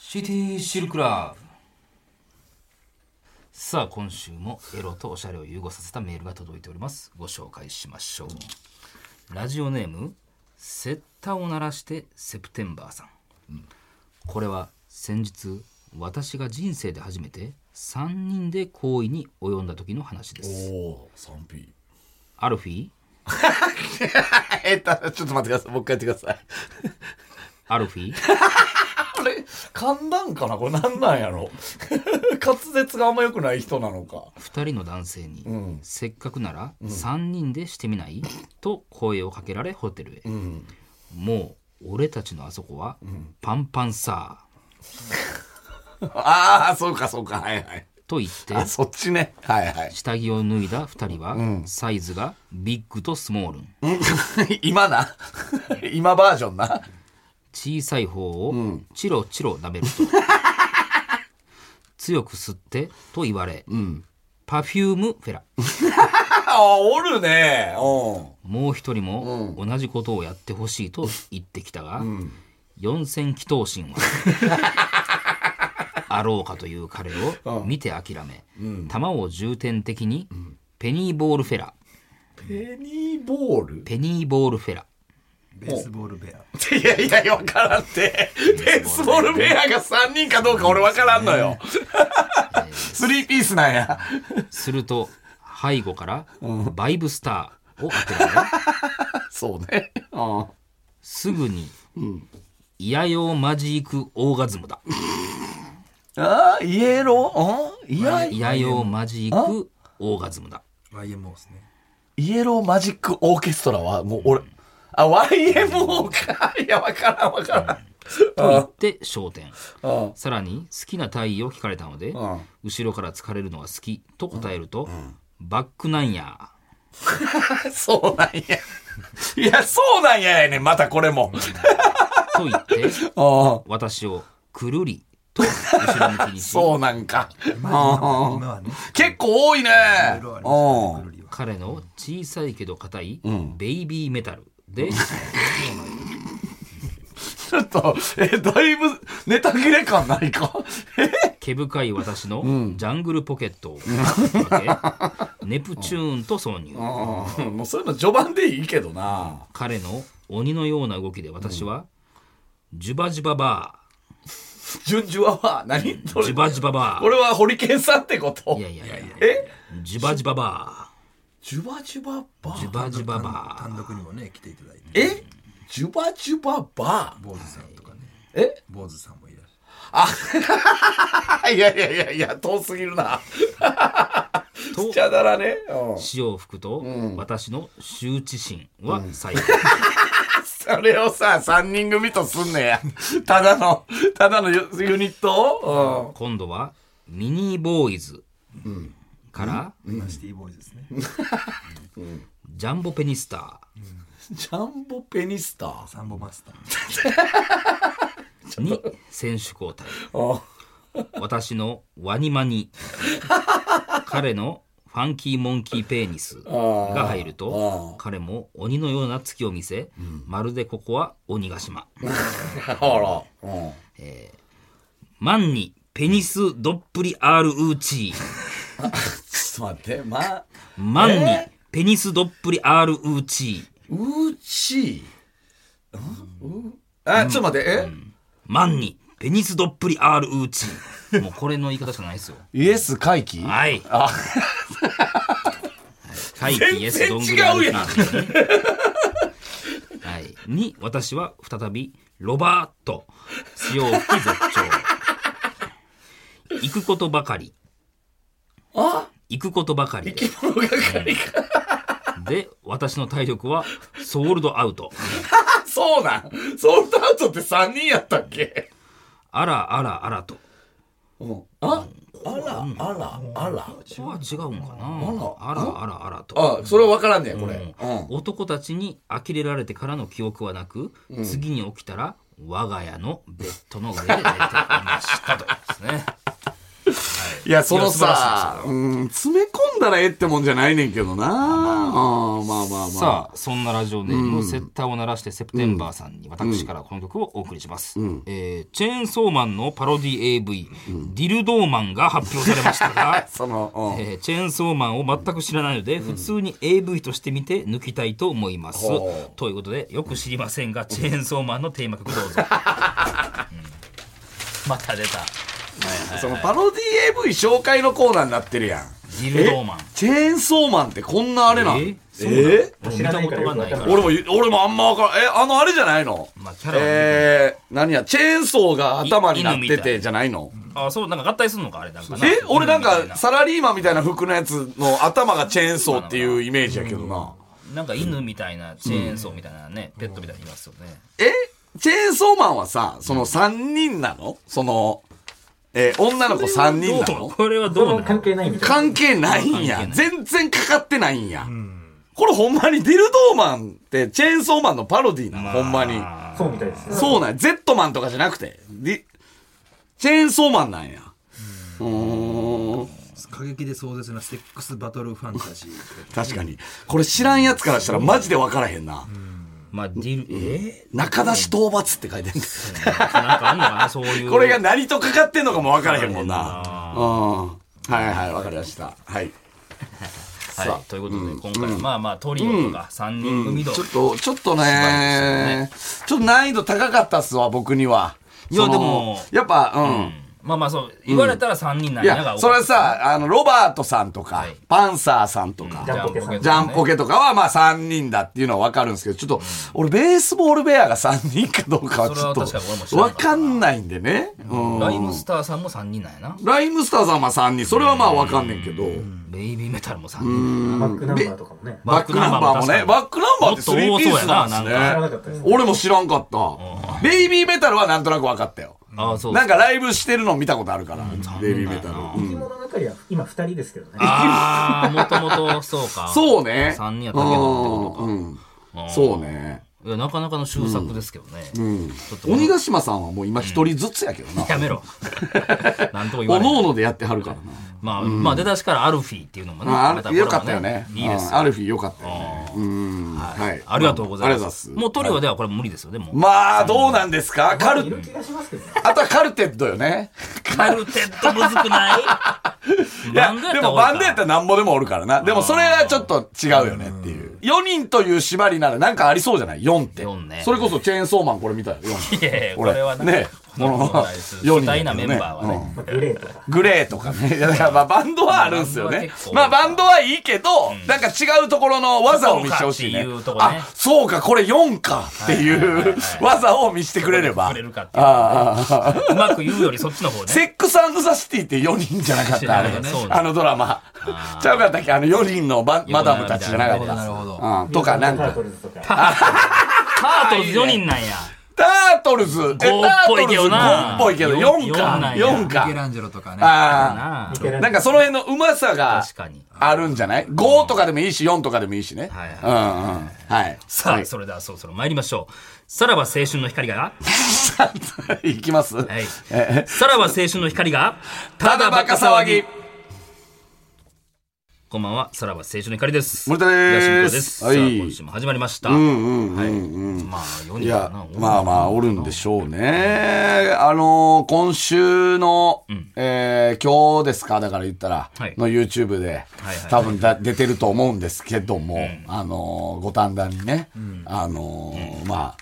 シティシルクラブ。さあ今週もエロとおしゃれを融合させたメールが届いております。ご紹介しましょう。ラジオネームセッタを鳴らしてセプテンバーさん、これは先日私が人生で初めて3人で行為に及んだ時の話です。 おー 3P アルフィーちょっと待ってください、もう一回やってください。 アルフィーこれ噛んだんかな、これなんなんやろ。滑舌があんま良くない人なのか。 2人の男性に、せっかくなら3人でしてみない、と声をかけられホテルへ、もう俺たちのあそこはパンパンさ、 ああ、そうかそうか、はいはい。 と言ってあ、そっちね。はいはい。 下着を脱いだ2人は、サイズがビッグとスモールン、 今な。今バージョンな。 小さい方をチロチロ舐めると、強く吸ってと言われ、パフュームフェラ、 あ、おるね。 もう一人も同じことをやってほしいと言ってきたが、4000気頭身はあろうかという彼を見て諦め、球を重点的にペニーボールフェラ、 ペニーボールペニーボールフェラ、 ベースボールベア。 いやいや、わからんって。ベースボールベアが3人かどうか俺わからんのよ。3ピースなんや。 すると背後からバイブスターを当てられ、 そうね。 すぐにイヤ用マジークオーガズムだ。 ああ、イエロー、 イヤ用マジークオーガズムだ。 YMO ですね。 イエローマジックオーケストラはもう俺、YMO か。いや、わからんわからん。 と言って焦点。さらに好きな体位を聞かれたので、後ろから疲れるのが好きと答えると、バックなんや。 そうなんや。いや、そうなんややねん、またこれも。 と言って私をくるりと後ろ向きにし、 そうなんか。 今はね。 結構多いね。 いろいろありますね、くるりは。 彼の小さいけど硬いベイビーメタルで、 ちょっと、だいぶネタ切れ感ないか。 毛深い私のジャングルポケットをかけ、ネプチューンと挿入。 もうそういうの序盤でいいけどな。 彼の鬼のような動きで私は、ジュバジュババジュンジュワは何ー、ジュバジュババこれはホリケンさんってことー、いやいやいや、 えジュバジュババジュバジュババー、ジュバジュババー、 単独にもね、来ていただいて。 えジュバジュババ坊主さんとかね。 え坊主さんもいらっしゃいやいやいやいや、遠すぎるな。 とちゃだらね。 潮を吹くと、私の羞恥心は最後、 それをさ、3人組とすんねや。ただのユニットを今度はミニーボーイズからる。シティボーイズですね。 ジャンボペニスタジャンボペニスター。 サンボマスター。 ーに選手交代。 あ私のワニマニ、彼のファンキーモンキーペニスが入ると、彼も鬼のような月を見せ、まるでここは鬼ヶ島。 あら。 マンにペニスどっぷりアールウーチー、 ちょっと待って、 マンにペニスどっぷりアールウーチー、 うちちょっと待って、 マンにペニスどっぷりアールウーチー、もうこれの言い方しかないですよ。 イエス回帰はい。 あ、 回帰イエスどんぐりアルフィーね、はい。に私は再びロバート潮を吹き絶頂。行くことばかり。行くことばかりで。 生き物係か。 で、私の体力はソールドアウト。 そうなん。ソールドアウトって3人やったっけ。 あらあらあらと。 あらあらあら。 ここは違うんかな。あらあらあらと。 あ、それは分からんねや、これ。 男たちに呆れられてからの記憶はなく、次に起きたら我が家のベッドの上で寝ていましたというですね。はい。 いや、そのいや素晴らしいさ、 ですよ詰め込んだらええってもんじゃないねんけどな。まあまあ。 さあそんなラジオネーム、セッターを鳴らしてセプテンバーさんに私からこの曲をお送りします、チェーンソーマンのパロディ AV、ディルドーマンが発表されましたがその、 チェーンソーマンを全く知らないので、普通に AV として見て抜きたいと思います、ということでよく知りませんがチェーンソーマンのテーマ曲どうぞ、また出たそのパロディ AV 紹介のコーナーになってるやん。 ディルドーマンチェーンソーマンってこんなあれなんそうなの見たことがないから俺もあんま分からん。あれじゃないの、 まあキャラは見て何や、チェーンソーが頭になって犬みたいてじゃないの？ あそうなんか合体するのかあれなんかな俺なん犬みたいかサラリーマンみたいな服のやつの頭がチェーンソーっていうイメージやけどな。 なんか犬みたいなチェーンソーみたいなね、ペットみたいにいますよね。 チェーンソーマンはさ、その3人なの？その、女の子3人なの？ これはどうなの？ 関係ないみたいな。 関係ないんや。 関係ない全然かかってないんや。これほんまにディルドーマンってチェーンソーマンのパロディなの？ほんまに。 そうみたいですね。 そうなんや。ゼットマンとかじゃなくて、チェーンソーマンなんや。 過激で壮絶なセックスバトルファンタジー。 確かに。これ知らんやつからしたらマジで分からへんな。 まあディル中出し討伐って書いてんだ。 なんかあんのかなそういう。 これが何とかかってんのかも分からへんもんな。はいはい、分かりました。はい。 はい、ということで今回まあまあトリオとか3人組のちょっとね、ちょっと難易度高かったっすわ、僕には。 いやでもやっぱ、 まあまあそう言われたら3人なんいやがや、それさ、ロバートさんとか、パンサーさんとか、 ジャンポケさんジャンポケとかはまあ3人だっていうのは分かるんですけど、ちょっと、俺ベースボールベアが3人かどうかはちょっとそれは確かに俺も知らなかった分かんないんでね。 ライムスターさんも3人なんやな。 ライムスターさんは3人、それはまあ分かんねんけど、 ベイビーメタルも3人。 バックナンバーとかもね。 バックナンバーもね、バックナンバーって3ピースなんですもっと多そうやな知らね。 なかったです。 俺も知らんかった。ベイビーメタルはなんとなく分かったよ。 ああそうなんかライブしてるの見たことあるから、ベイビーメタル。 生き物の中には今2人ですけどね。 ああもともとそうか。 そうね。 3人やったけどってことか。 そうね。 いやなかなかの秀作ですけどね。ちょっと鬼ヶ島さんはもう今一人ずつやけどな。 やめろ。なんとも言わおない。 のおのでやってはるからな。 まあ出だしからアルフィーっていうのもね。またこれもよかったよね。 いいですよ。 アルフィーよかったよね。 はい。ありがとうございま。 ありがとうございますす。 もうトリオではこれ無理ですよねもう。 まあ、どうなんですか？ いる気がしますけどね。 あとはカルテットよね。 カルテットむずくない？ いや、でもバンドやったらなんぼでもおるからな。でもそれはちょっと違うよねっていう。4人という縛りならなんかありそうじゃない ?4 って。 4ねそれこそチェーンソーマンこれ見たよ。4。 いやいやこれはね。この4人主体なメンバーはね。 グレーとか。 グレーとかね。いやだからまあバンドはあるんですよねバンドは結。構まあバンドはいいけど、なんか違うところの技を見せてほしいねそうかっていうとこね。 あ、そうか、これ4かっていう技を見せてくれれば。 くれるかっていううまく言うよりそっちの方ね。 セックスザシティって4人じゃなかったあれそうねあのドラマ。ちゃうかったっけ4人のマダムたちじゃなかった。 なるほど。 とかなんターか。 トルズとか。 タートルズ4人なんや。 タートルズ。 ゴーっぽいけどなゴーっぽいけど4か。 四なんや 4 ミケか。 ランジェロとかね。 ああ。なんかその辺のうまさが確かに。 あるんじゃない ?5 とかでもいいし4とかでもいいしね。 はいはい。 さあ、 はいそれではそろそろ参りましょう。さらば青春の光が、 いきますはい。さらば青春の光が、 ただバカ騒ぎ。 こんばんは、さらば青春の光です。 森田です東向です。 はいさあ、今週も始まりました。はい。まあ、4 いや人かな。、 まあまあ、おるんでしょうね。今週の、今日ですかだから言ったら、 はいの YouTube で、多分出てると思うんですけども、五反田にね、まあ、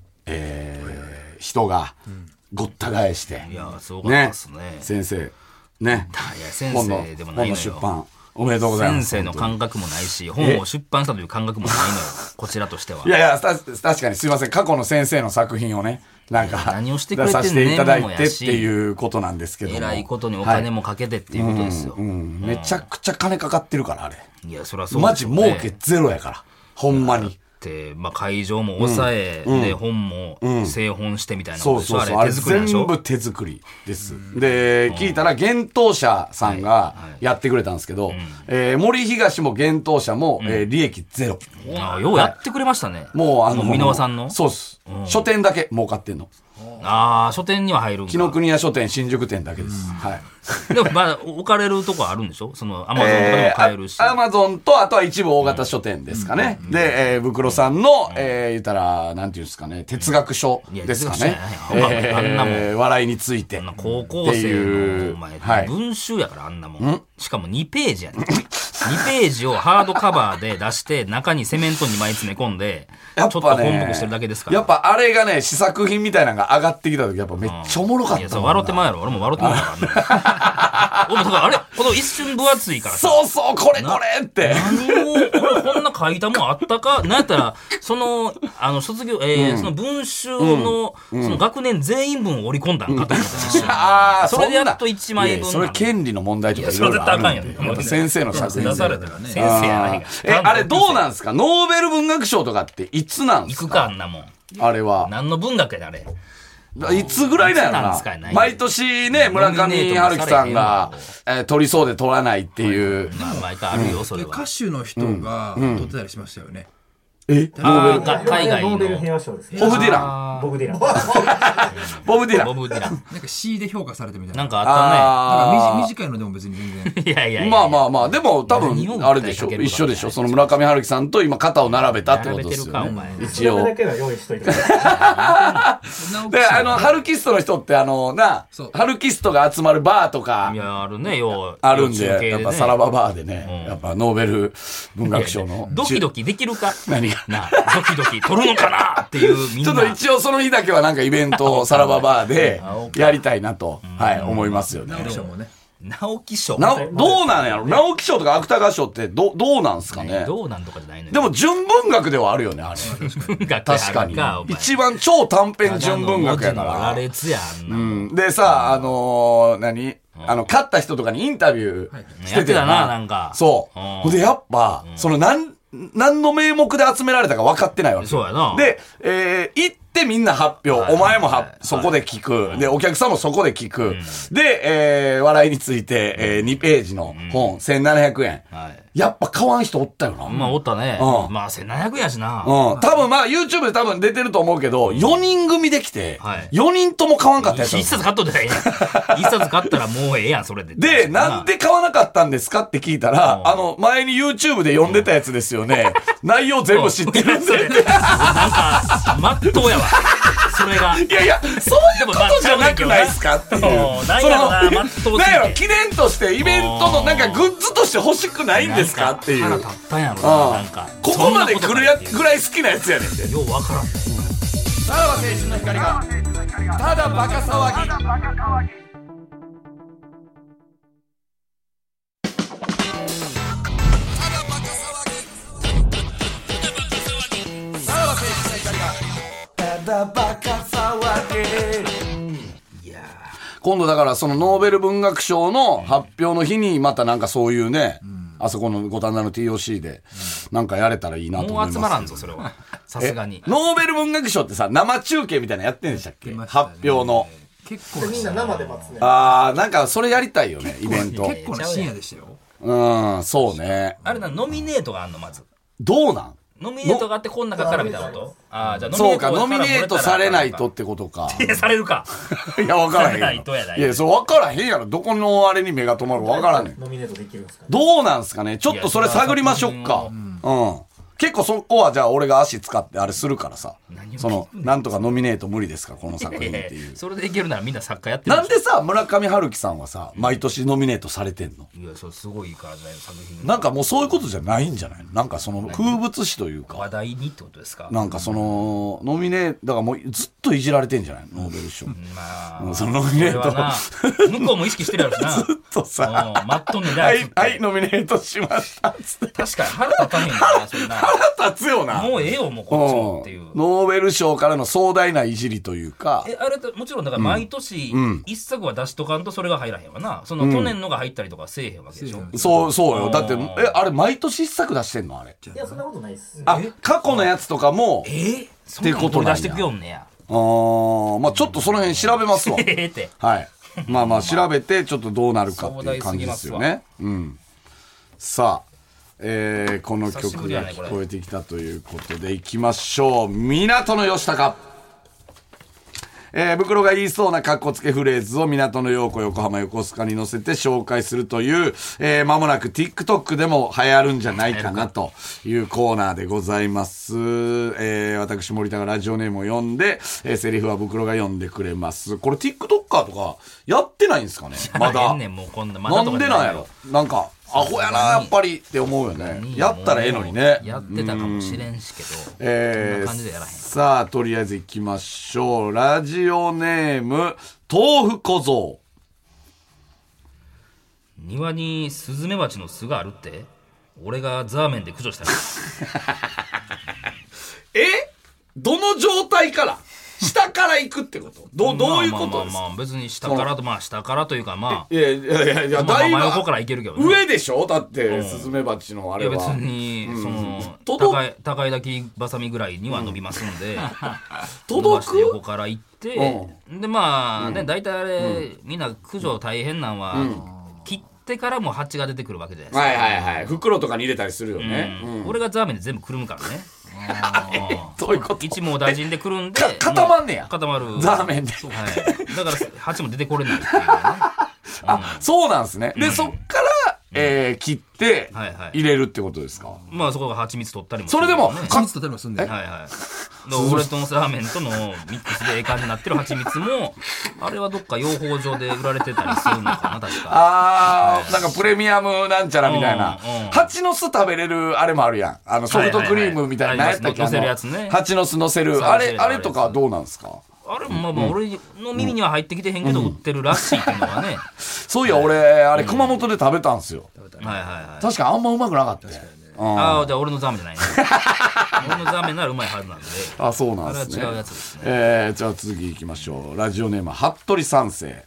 人がごった返して、 いや、すごかったですね。 先生、ね、 いや、先本の生でもないのよ。 出版、おめでとうございます。 先生の感覚もないし、本を出版したという感覚もないのよ。こちらとしては。 いやいや、確かにすいません。過去の先生の作品をね、なんか、 何をしてくれてんの出させていただいメモやしてっていうことなんですけども。 えらいことにお金もかけてっていうことですよ。 めちゃくちゃ金かかってるから、あれ。 いや、そりゃそうマジですよね。 儲けゼロやから。ほんまに。 で、まあ、会場も抑え、で、本も製本してみたいなこそうとでしょ。 そうそう。あれあれ手作りなんでしょ。 全部手作りです。で、聞いたら、幻冬舎さんがやってくれたんですけど、森東も幻冬舎も利益ゼロ。 あようやってくれましたね。 もう箕輪さんのそうっす。書店だけ儲かってんの。 書店には入るんか。 紀ノ国屋書店新宿店だけです。はい。 でもまあ置かれるとこあるんでしょ、そのアマゾンとかでも買えるし。 アマゾンとあとは一部大型書店ですかね。で、ブクロさんの、言ったらなんていうんですかね、哲学書ですかね。 あんなもん笑いについて。 高校生のお前、文集やからあんなもん。しかも2ページやね。2ページをハードカバーで出して中にセメント2枚詰め込んで、ちょっと本木してるだけですから。 やっぱあれがね、試作品みたいなのが上がってきた時やっぱめっちゃおもろかった。いや、 そう笑ってまうやろ。俺も笑ってまうから俺もだからあれこの一瞬分厚いからさ。 そうそう、これって何を俺こんな書いたもんあったか。なんやったらその卒業その文集のその学年全員分を織り込んだんかと思ったそれでやっと1枚分。 それ権利の問題とかいろいろあるんで、先生の作品出されたらね。先生やないあれどうなんですか、ノーベル文学賞とかっていつなんですか。 行くかあんなもん。 あれは何の文学やねあれ。 いつぐらいだよな。毎年ね、村上春樹さんが、取りそうで取らないっていう。 まあ毎回あるよ、それは。 歌手の人が取ってたりしましたよね。 海外のノーベル平和賞ですね。 ボブ・ディラン。 ボブ・ディラン。 ボブ・ディラン。 なんか C で評価されてみたいな。 なんかあったね。なんか短いのでも別に全然。 いやいや。 まあ、でも多分、あれでしょ。一緒でしょ。その村上春樹さんと今肩を並べたってことですよね。一応。 それだけは用意しといてください。 で、春キストの人って春キストが集まるバーとか。 いや、あるね、よう。 あるんで、やっぱさらばバーでね、やっぱノーベル文学賞の。 ドキドキできるか。 何がドキドキ取るのかなっていうみんな。 ちょっと一応その日だけはなんかイベントをさらばバーでやりたいなと、思いますよね。 直木賞もね。 直木賞どうなんやろ。直木賞とか芥川賞ってどうなんすかね。 どうなんとかじゃないのよ。 でも純文学ではあるよね、あれ。確かに。一番超短編純文学やから。でさ、勝った人とかにインタビューしててたな、なんか。 そう。で、やっぱ、何の名目で集められたか分かってないわけ。 そうやな。 で、行ってみんな発表。お前もそこで聞く。で、お客さんもそこで聞く。で、笑いについて、2ページの本、1700円。やっぱ買わん人おったよな。 まあ、おったね。まあ、1700円やしな。 多分まあ、YouTube で多分出てると思うけど、4人組できて、4人とも買わんかったやつ。 一冊買っとってないやん。一冊買ったらもうええやん、それで。 で、なんで買わなかったんですかって聞いたら、前に YouTube で読んでたやつですよね。内容全部知ってるんで。 なんか、まっとうやわ。それが。 いやいや、そういうことじゃなくないですかっていう。 なんやろな、まっとうなんやろ、記念としてイベントのなんかグッズとして欲しくないんですかっていう。 腹立ったんやろな、なんか。 ここまで来るぐらい好きなやつやねんて。 ようわからん。 さらば青春の光が、ただバカ騒ぎ。今度だからそのノーベル文学賞の発表の日にまたなんかそういうね、あそこの五反田の TOC でなんかやれたらいいなと思います。 もう集まらんぞそれは。さすがに。 ノーベル文学賞ってさ、生中継みたいなのやってんでしたっけ、発表の。 結構みんな生で待つね。 なんかそれやりたいよね、イベント。 結構な深夜でしたよ。 そうね。 あれノミネートがあんのまず。 どうなんノミネートがあってこの中からみたいなこと？じゃあそうか、ノミネートされないとってことか。 いや、されるか。 いや、分からへん。 されないとやない。 いや、そう分からへんやろ。どこのあれに目が止まるか分からんねん。 ノミネートできるんですか？ どうなんすかね。ちょっとそれ探りましょうか。結構そこはじゃあ俺が足使ってあれするからさ。なんとかノミネート無理ですか、この作品っていう。 それでいけるならみんな作家やってる。 なんでさ、村上春樹さんはさ、毎年ノミネートされてんの？ いや、そうすごいからね、作品。 なんかもうそういうことじゃないんじゃないの？なんかその風物詩というか。 話題にってことですか？ なんかその、ノミネート、だからもうずっといじられてんじゃないの？ノーベル賞。 まあ、 そのノミネート。 向こうも意識してるやろしな。 ずっとさ、 マットネはい、ノミネートしましたつって。 確かに腹立たへんよな、それな。 腹立つよな。 もうええよ、もうこっちもっていう。 ノーベル賞からの壮大ないじりというか。 あれもちろんだから毎年一作は出しとかんとそれが入らへんわな。その去年のが入ったりとかせえへんわけでしょ。 そうよ。だって、あれ毎年一作出してんのあれ。 いや、そんなことないっす。 過去のやつとかも。 っていうこと出してくよんねや。 まあちょっとその辺調べますわ。はい。まあ調べてちょっとどうなるかっていう感じですよね。さあ。この曲が聞こえてきたということでいきましょう。港の吉高、 袋が言いそうなカッコつけフレーズを港の陽子横浜横須賀に載せて紹介するという、間もなく TikTok でも流行るんじゃないかなというコーナーでございます。私森田がラジオネームを読んで、セリフは袋が読んでくれます。これ TikToker とかやってないんですかねまだ。なんでなんやろ。なんかアホやなやっぱりって思うよね。やったらええのにね。 やってたかもしれんしけど、こんな感じでやらへん。 さあとりあえず行きましょう。ラジオネーム豆腐小僧。 庭にスズメバチの巣があるって、俺がザーメンで駆除したらどの状態から下から行くってことどういうことですか。 別に下からと下からというかいやだいぶ真横から行けるけどね。 上でしょだってスズメバチのあれは。 いや別にその高いだきバサミぐらいには伸びますんで、 届く横から行って、でまあね大体あれみんな駆除大変なんは切ってからも蜂が出てくるわけじゃないですか。 はいはい。袋とかに入れたりするよね。 俺がザーメンで全部くるむからね。 どういうこと。 一網大臣でくるんで固まんねや。 固まるザーメンで。 はい。だから蜂も出てこれないっていうね。 そうなんですね。でそっから切って入れるってことですか。 まあそこが蜂蜜取ったりもそれでも蜂蜜とってもすんで。 はいはい。俺とのラーメンとのミックスでええ感じになってる蜂蜜もあれはどっか養蜂場で売られてたりするのかな確か。 なんかプレミアムなんちゃらみたいな。蜂の巣食べれるあれもあるやん。ソフトクリームみたいなやつとか。 乗せるやつね。 蜂の巣乗せるあれとかどうなんですか。 あれまあ俺の耳には入ってきてへんけど売ってるらしいっていうのはね。 そういや俺あれ熊本で食べたんですよ。確かにあんまうまくなかった。 ああじゃあ俺のザーメンじゃないね。俺のザーメンならうまいはずなんで。 あそうなんですね。 あれは違うやつですね。 じゃあ次行きましょう。ラジオネーム服部三世。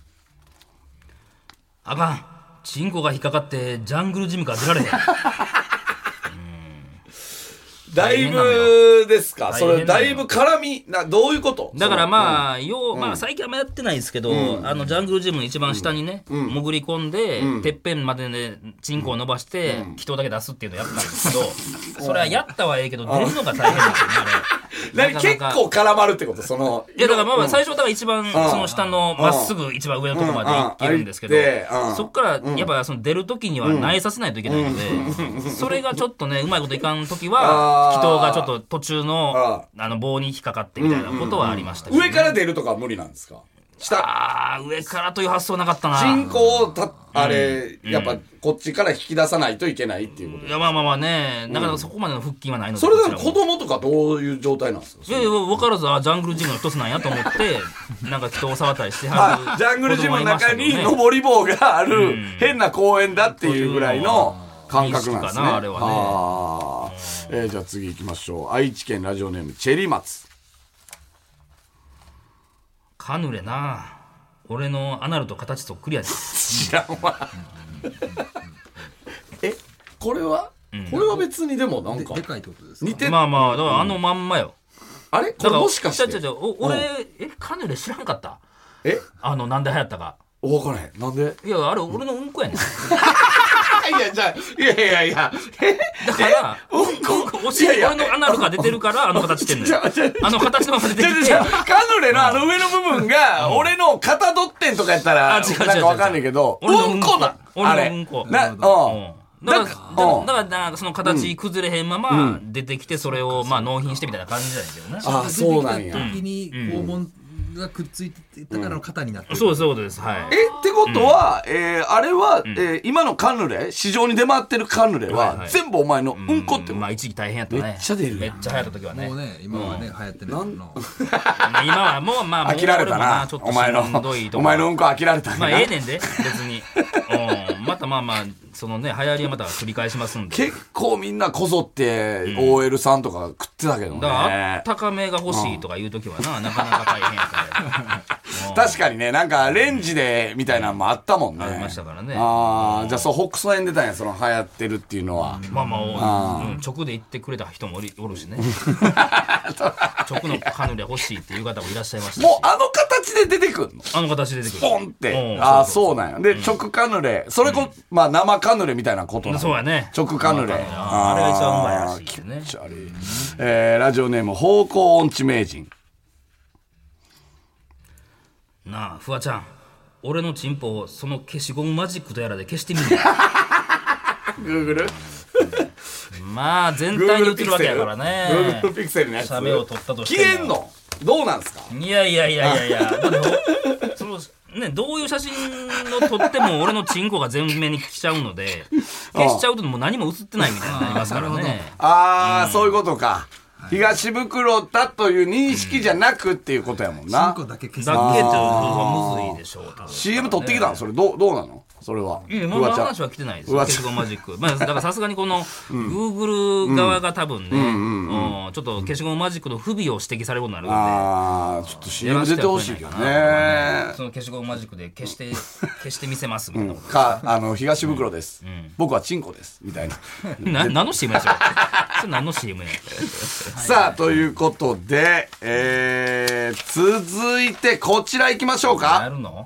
あかんチンコが引っかかってジャングルジムから出られへん。 だいぶですか。それだいぶ絡みどういうこと。 だからまあ最近はやってないですけど、ジャングルジムの一番下にね潜り込んでてっぺんまでねチンコを伸ばして気筒だけ出すっていうのをやったんですけど、それはやったはええけど出るのが大変なんですよねあれ。 結構絡まるってことその。 いやだからまあ最初だから一番その下のまっすぐ一番上のところまで行けるんですけど、そっからやっぱその出る時には苗させないといけないので、それがちょっとねうまいこといかん時は気筒がちょっと途中の棒に引っかかってみたいなことはありましたけど、 上から出るとかは無理なんですか。 上からという発想なかったな。 人口をあれ、やっぱこっちから引き出さないといけないっていうこと。 いやまあねなかなかそこまでの腹筋はないので。 それでも子供とかどういう状態なんですか。 いや分からずジャングルジムの一つなんやと思ってなんか人を触ったりしてはるジャングルジムの中に登り棒がある変な公園だっていうぐらいの感覚なんですね。 あれはね。じゃあ次行きましょう。愛知県ラジオネームチェリマツ。 カヌレな俺のアナルと形そっくりやで。 知らんわ。これは別にでもなんかでかいってことですか。 似てまあだからまんまよ。 あれこれもしかして俺カヌレ知らんかった。なんで流行ったか分からへん。なんで。 いやあれ俺のうんこやねん。 いやじゃあいやだからお尻俺のアナルが出てるから形してんのよ。形のまま出てきてカヌレの上の部分が俺の肩ドッテンとかやったらなんか分かんないけど、うんこだ。 俺のうんこだからその形崩れへんまま出てきてそれを納品してみたいな感じじゃないけどね。 あそうなんや。 時に肛門がくっついてたからの肩になってる。 そういうことです。はい。 ってことはあれは今のカヌレ市場に出回ってるカヌレは全部お前のうんこって。 まあ一時大変やったね。 めっちゃ出る。 めっちゃ流行った時はね。 もうね今はね流行ってるの。 今はもう飽きられたな。お前のうんこ飽きられた。 まあええねんで別に。またそのね流行りはまた繰り返しますんで。 結構みんなこぞって OL さんとか食ってたけどね。 だからあったかめが欲しいとかいう時はなかなか大変やから。 確かにねなんかレンジでみたいなのもあったもんね。 ありましたからね。 じゃあそう北斎出たんやその流行ってるっていうのは。 直で言ってくれた人もおるしね。直のカヌレ欲しいっていう方もいらっしゃいましたし。 もう形で出てくるの。 形で出てくる。 ポンって。そうなんや。で直カヌレそれこ生カヌレみたいなことなの。 そうやね。 直カヌレ。 あれが一番うまいらしいですね。 ラジオネーム方向音痴名人。 なあフワちゃん、俺のチンポをその消しゴムマジックとやらで消してみるグーグルまあ全体に映るわけやからね。 Google ピクセルのやつ写メを撮ったとしても消えんのどうなんすか？ いやでもそのね、どういう写真を撮っても俺のチンコが全面に来ちゃうので消しちゃうともう何も映ってないみたいになりますからね。 そういうことか。東袋だという認識じゃなくっていうことやもんな。 チンコだけ消すだけってむずいでしょう。 CM 撮ってきたのそれどうなのそれは。 いや、まあ、話は来てないですよ。消しゴムマジック。まあ、だからさすがにこの、Google 側が多分ね、ちょっと消しゴムマジックの不備を指摘されることになるので。 ちょっと CM 出てほしいけどね。 その消しゴムマジックで消してみせますみたいなこと。 東袋です。僕はチンコです。みたいな。 何の CM やそれ。それ何の CM や。 さあ、ということで、続いてこちら行きましょうか。 やるの？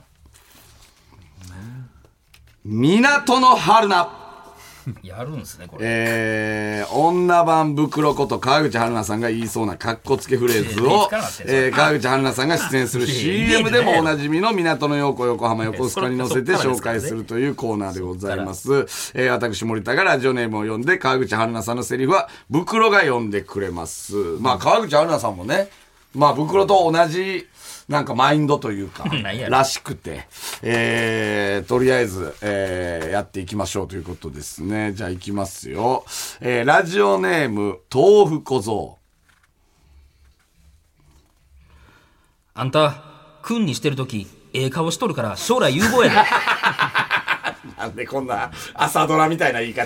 港の春菜。 やるんですねこれ。 女版袋こと川口春奈さんが言いそうなカッコつけフレーズを、川口春奈さんが出演する CM でもおなじみの港の陽子横浜横須賀に乗せて紹介するというコーナーでございます。私森田がラジオネームを読んで川口春奈さんのセリフは袋が読んでくれます。まあ川口春奈さんもね、まあ袋と同じなんかマインドというからしくて、とりあえず、やっていきましょうということですね。じゃあいきますよ。ラジオネーム豆腐小僧。 あんた君にしてるとき顔しとるから将来有望やで。 なんでこんな朝ドラみたいな言い方。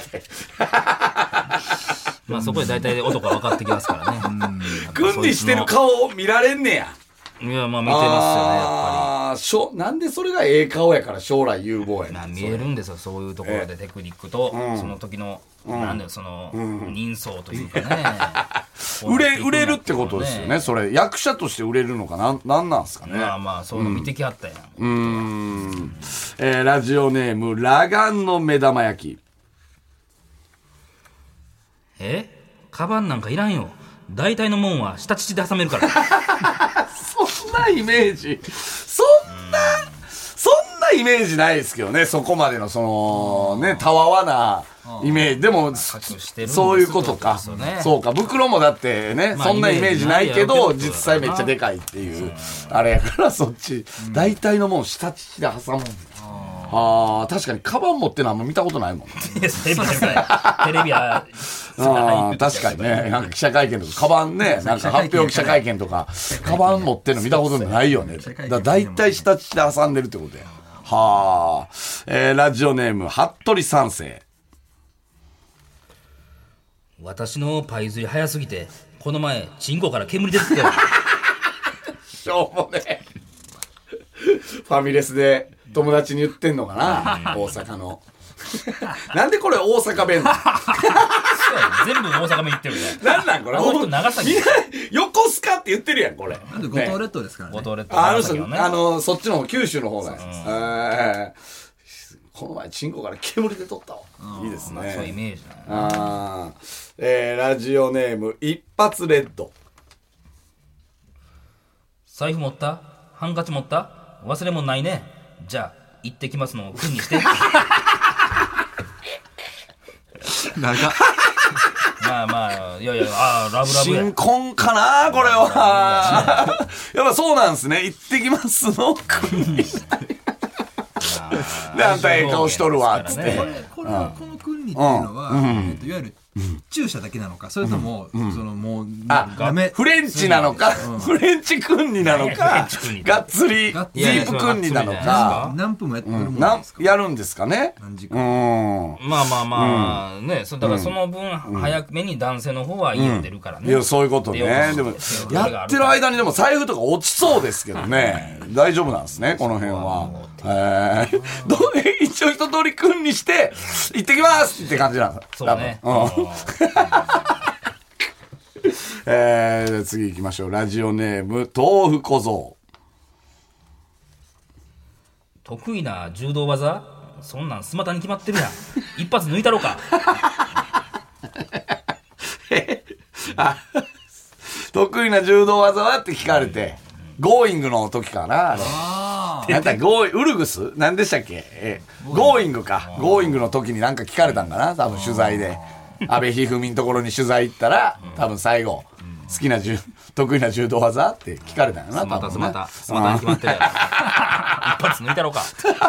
まあそこで大体男は分かってきますからね。 君にしてる顔を見られんねや。 いや、まあ見てますよね、やっぱり。なんでそれが顔やから将来有望やねん。 まあ見えるんですよ、そういうところでテクニックと、その時の、なんだよ、その、人相というかね。 売れるってことですよね。それ、役者として売れるのかなんなんすかね。 まあまあ、そういうの見てきはったやん。 ラジオネーム、ラガンの目玉焼き。カバンなんかいらんよ。大体のもんは下乳で挟めるから。 そんなイメージ、そんなイメージないですけどね。そこまでのそのね、たわわなイメージでもそういうことか。そうか、袋もだってね、そんなイメージないけど実際めっちゃでかいっていうあれやからそっち大体のもん下乳で挟む。確かにカバン持ってのあんま見たことないもん。 テレビは確かにね、なんか記者会見とかカバンね、なんか発表記者会見とかカバン持ってんの見たことないよね。だいたい下乳で挟んでるってことや。ラジオネーム服部三世。 私のパイ釣り早すぎてこの前チンコから煙出てたよ。 しょうもね。ファミレスで友達に言ってんのかな、大阪の。なんでこれ大阪弁なの？ 全部大阪弁言ってるね。 なんこれ。 長崎。 横須賀って言ってるやんこれ。 なんで五島列島ですからね。 五島列島。 そっちの方九州の方なんです。この前チンコから煙で取ったわ。いいですね。 そういうイメージだね。ラジオネーム一発レッド。 財布持った？ハンカチ持った？忘れ物ないね。じゃあ行ってきますのを君にして。 長っ。 まあまあ、いやラブラブや。 新婚かなこれは。やっぱそうなんですね。行ってきますの君にして。であんた顔しとるわっつって。 この君にっていうのは、いわゆる注射だけなのか、それともそのもうフレンチなのか、フレンチ君になのか、がっつりディープ君になのか、 何分もやってるもんですか？ やるんですかね。 まあね、だからその分早めに男性の方は家を出るからね。 いやそういうことね。でもやってる間にでも財布とか落ちそうですけどね。大丈夫なんですねこの辺は。一応一通り君にして行ってきますって感じなんです。 そうね。 次行きましょう。ラジオネーム豆腐小僧。 得意な柔道技？そんなんスマタに決まってるやん。一発抜いたろか。 得意な柔道技はって聞かれて、ゴーイングの時かな。 なんだウルグス何でしたっけ、ゴーイングか。ゴーイングの時になんか聞かれたんかな多分取材で。阿部一二三のところに取材行ったら、多分最後、好きな得意な柔道技って聞かれたんやな、 また多分ね。 決まってるやろ。一発抜いたろか。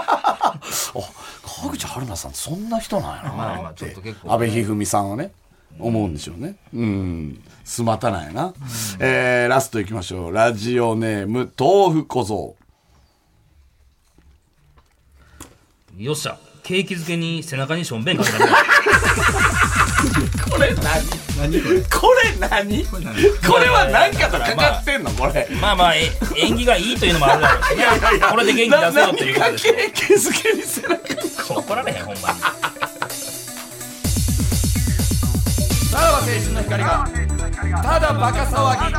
川口春奈さんそんな人なんやなまあってちょっと結構阿部一二三さんはね思うんでしょうね。スマタなんやな。ラストいきましょう。ラジオネーム豆腐小僧。 よっしゃ、ケーキ漬けに背中にしょんべんかけたね。 これ何これ何これは何かとかかってんのこれ。 まあ縁起がいいというのもあるだろうしね。これで元気出せよっていうことでしょ。 ケーキ漬けに背中怒られへんほんまに。 さらば青春の光がただバカ騒ぎ。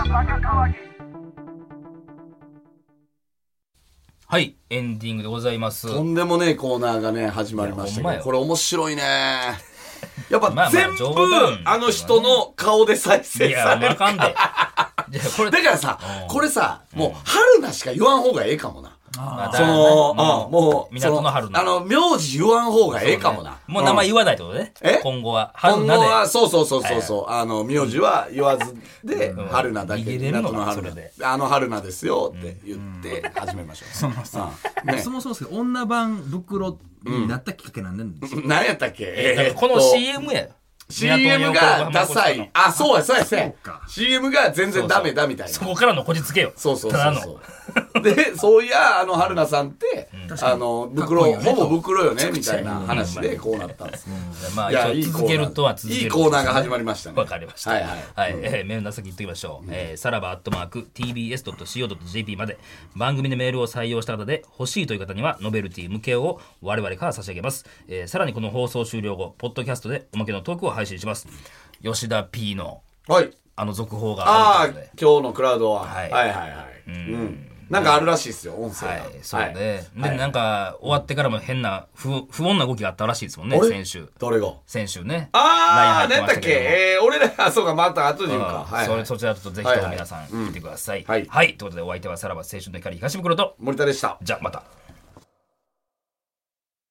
はい、エンディングでございます。 とんでもねえコーナーがね始まりましたけど、これ面白いね。やっまあまあぱ全部冗談あの人の顔で再生いや、 される。 あかんで。これだからさ、これさ、もう春菜しか言わん方がええかもな。その、もう、 港の春菜。 名字言わん方がええかもな。 もう名前言わないってことね。今後は。春菜で。 今後は、そう。名字は言わずで、春菜だけで、港の春菜。春菜ですよって言って始めましょう。 そもそもですけど、女版袋になったきっかけなんで何やったっけこの CM や。 CM がダサい。あ、そうや。CM が全然ダメだみたいな。 そこからのこじつけよ。 そう。で、そういや、春菜さんって、袋、ほぼ袋よね、みたいな話でこうなったんです。 まあ、続けるとは続ける。 いいコーナーが始まりましたね。 わかりました。はい。メールの先言っておきましょう。さらば@tbs.co.jp まで番組でメールを採用した方で欲しいという方にはノベルティ向けを我々から差し上げます。さらにこの放送終了後、ポッドキャストでおまけのトークを配信します。吉田 P の続報があるということで。 今日のクラウドは。はい。なんかあるらしいですよ、音声が。 そうね。で、なんか、終わってからも変な、不穏な動きがあったらしいですもんね、先週。 誰が先週ね。 何やったっけ俺ら、そうか、また後で言うか。 そちらとぜひとも皆さん聞いてください。はい。ということで、お相手はさらば青春の光東袋と森田でした。 じゃあ、また。